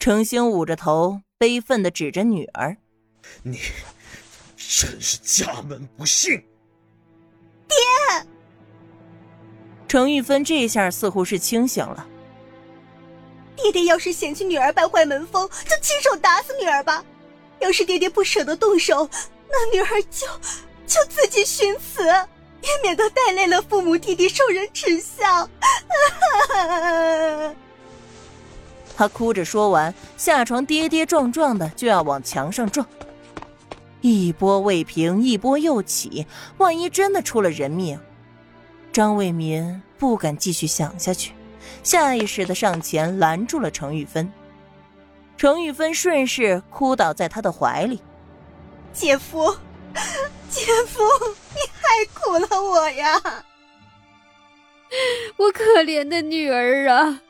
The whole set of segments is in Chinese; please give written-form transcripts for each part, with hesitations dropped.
程兴捂着头，悲愤地指着女儿：“ 你真是家门不幸！” 爹！ 程玉芬这下似乎是清醒了。 爹爹要是嫌弃女儿败坏门风，就亲手打死女儿吧。要是爹爹不舍得动手，那女儿就自己寻死，也免得带累了父母弟弟受人耻笑。 他哭着说完，下床跌跌撞撞的就要往墙上撞。一波未平，一波又起，万一真的出了人命，张卫民不敢继续想下去，下意识地上前拦住了程玉芬。程玉芬顺势哭倒在他的怀里：“ 姐夫，你害苦了我呀！ 我可怜的女儿啊！”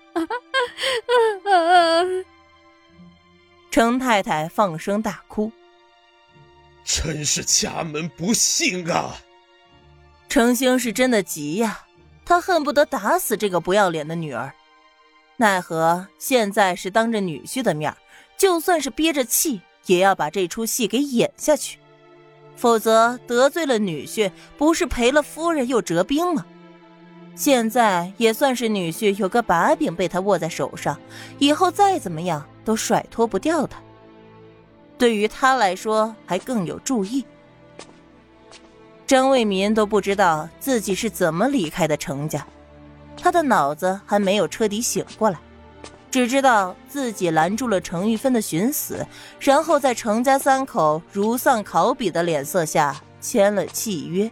程太太放声大哭：“ 真是家门不幸啊！” 程兴是真的急呀，他恨不得打死这个不要脸的女儿。奈何现在是当着女婿的面，就算是憋着气，也要把这出戏给演下去，否则得罪了女婿，不是赔了夫人又折兵吗？现在也算是女婿有个把柄被他握在手上，以后再怎么样都甩脱不掉他。对于他来说还更有注意。张卫民都不知道自己是怎么离开的程家，他的脑子还没有彻底醒过来，只知道自己拦住了程玉芬的寻死，然后在程家三口如丧考妣的脸色下签了契约。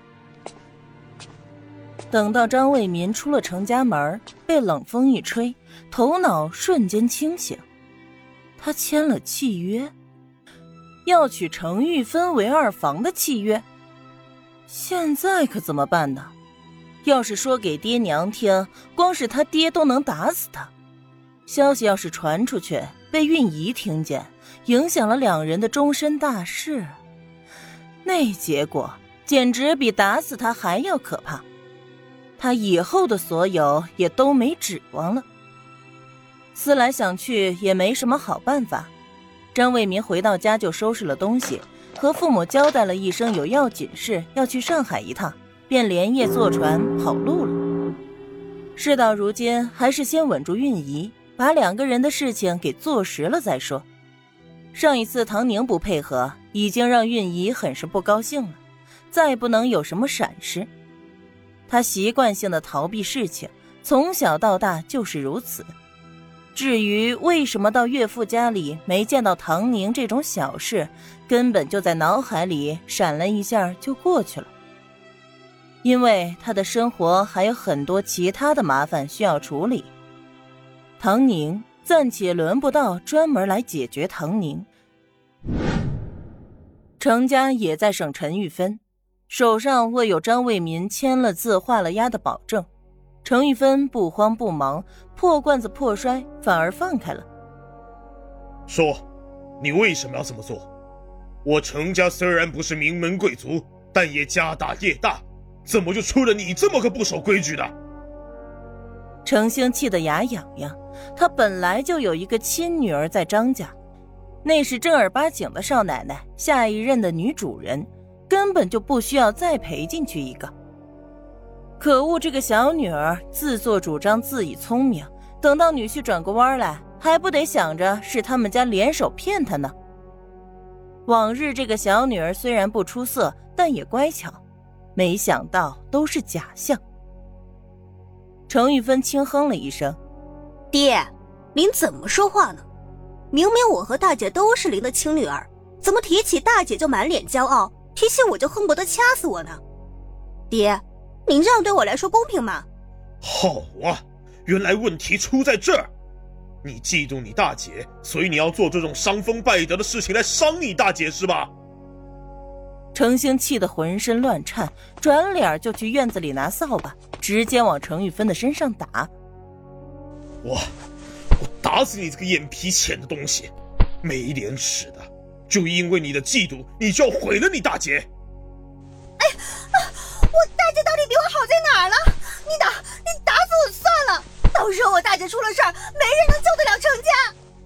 等到张卫民出了程家门，被冷风一吹，头脑瞬间清醒。他签了契约，要娶程玉芬为二房的契约。现在可怎么办呢？要是说给爹娘听，光是他爹都能打死他。消息要是传出去，被韵仪听见，影响了两人的终身大事，那结果简直比打死他还要可怕。他以后的所有也都没指望了。思来想去也没什么好办法，张卫民回到家就收拾了东西，和父母交代了一声有要紧事要去上海一趟，便连夜坐船跑路了。事到如今，还是先稳住韵仪，把两个人的事情给做实了再说。上一次唐宁不配合，已经让韵仪很是不高兴了，再不能有什么闪失。他习惯性的逃避事情，从小到大就是如此。至于为什么到岳父家里没见到唐宁这种小事，根本就在脑海里闪了一下就过去了。因为他的生活还有很多其他的麻烦需要处理，唐宁暂且轮不到专门来解决唐宁。程家也在省陈玉芬，手上握有张卫民签了字画了押的保证。程玉芬不慌不忙，破罐子破摔，反而放开了。 说，你为什么要这么做？我程家虽然不是名门贵族，但也家大业大，怎么就出了你这么个不守规矩的？ 程兴气得牙痒痒，他本来就有一个亲女儿在张家，那是正儿八经的少奶奶，下一任的女主人，根本就不需要再陪进去一个。可恶，这个小女儿自作主张自以聪明，等到女婿转过弯来，还不得想着是他们家联手骗她呢。往日这个小女儿虽然不出色，但也乖巧，没想到都是假象。程玉芬轻哼了一声：“ 爹，您怎么说话呢？明明我和大姐都是您的亲女儿，怎么提起大姐就满脸骄傲，提起我就恨不得掐死我呢？爹，您这样对我来说公平吗？” 好啊，原来问题出在这儿。你嫉妒你大姐，所以你要做这种伤风败德的事情来伤你大姐是吧？ 程兴气得浑身乱颤，转脸就去院子里拿扫把，直接往程玉芬的身上打。 我打死你这个眼皮浅的东西，没廉耻的，就因为你的嫉妒，你就要毁了你大姐。 我大姐到底比我好在哪儿了？你打死我算了，到时候我大姐出了事儿，没人能救得了程家。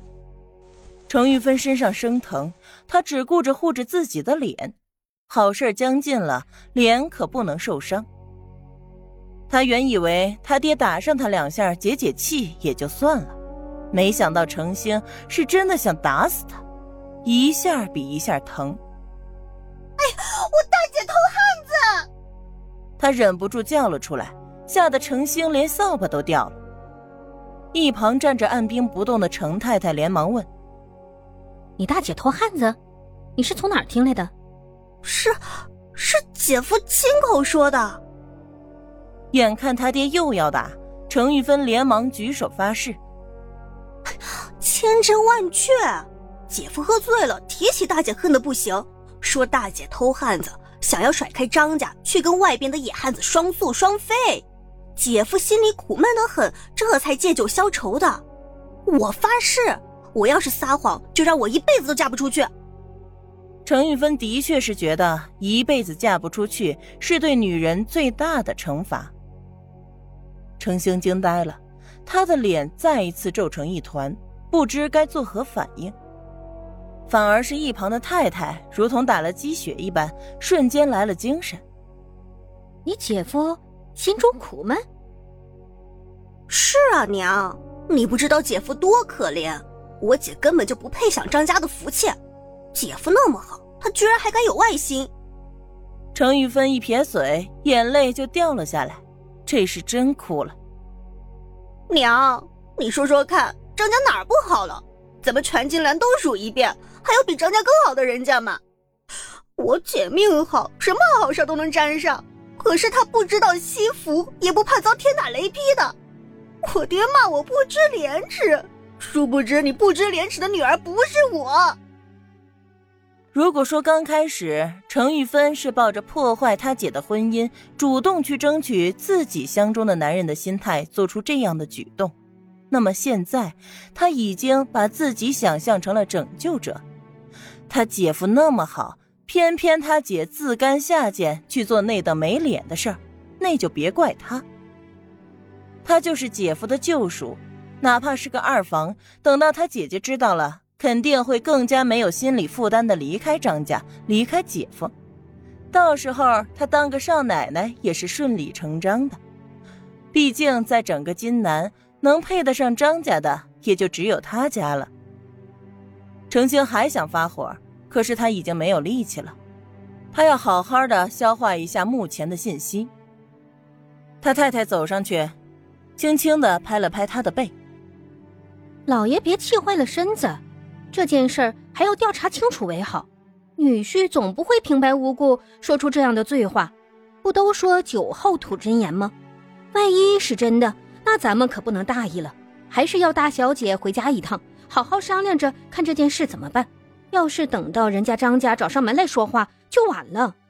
程玉芬身上生疼，她只顾着护着自己的脸，好事将近了，脸可不能受伤。她原以为他爹打上他2下解解气也就算了，没想到程兴是真的想打死他，一下比一下疼。 哎，我大姐偷汉子！ 他忍不住叫了出来，吓得程兴连扫把都掉了。一旁站着按兵不动的程太太连忙问： 你大姐偷汉子？你是从哪儿听来的？ 是姐夫亲口说的。 眼看他爹又要打，程玉芬连忙举手发誓： 千真万确，姐夫喝醉了，提起大姐恨得不行，说大姐偷汉子，想要甩开张家，去跟外边的野汉子双宿双飞。姐夫心里苦闷得很，这才借酒消愁的。我发誓，我要是撒谎，就让我一辈子都嫁不出去。 程玉芬的确是觉得一辈子嫁不出去是对女人最大的惩罚。程兴惊呆了，他的脸再一次皱成一团，不知该作何反应。反而是一旁的太太如同打了鸡血一般，瞬间来了精神。 你姐夫心中苦闷？ 是啊，娘，你不知道姐夫多可怜，我姐根本就不配享张家的福气。姐夫那么好，他居然还敢有外心。 程玉芬一撇嘴，眼泪就掉了下来，这是真哭了。 娘，你说说看，张家哪儿不好了？咱们全金兰都数一遍，还有比张家更好的人家吗？我姐命好，什么好事都能沾上，可是她不知道惜福，也不怕遭天打雷劈的。我爹骂我不知廉耻，殊不知你不知廉耻的女儿不是我。 如果说刚开始程玉芬是抱着破坏她姐的婚姻，主动去争取自己相中的男人的心态做出这样的举动，那么现在她已经把自己想象成了拯救者。她姐夫那么好，偏偏她姐自甘下贱去做那等没脸的事儿，那就别怪她。她就是姐夫的救赎，哪怕是个二房，等到她姐姐知道了，肯定会更加没有心理负担的离开张家，离开姐夫。到时候她当个少奶奶也是顺理成章的。毕竟在整个金南，能配得上张家的也就只有他家了。程兴还想发火，可是他已经没有力气了，他要好好的消化一下目前的信息。他太太走上去，轻轻地拍了拍他的背： 老爷别气坏了身子，这件事儿还要调查清楚为好。女婿总不会平白无故说出这样的醉话，不都说酒后吐真言吗？万一是真的，那咱们可不能大意了，还是要大小姐回家一趟，好好商量着看这件事怎么办。要是等到人家张家找上门来说话，就晚了。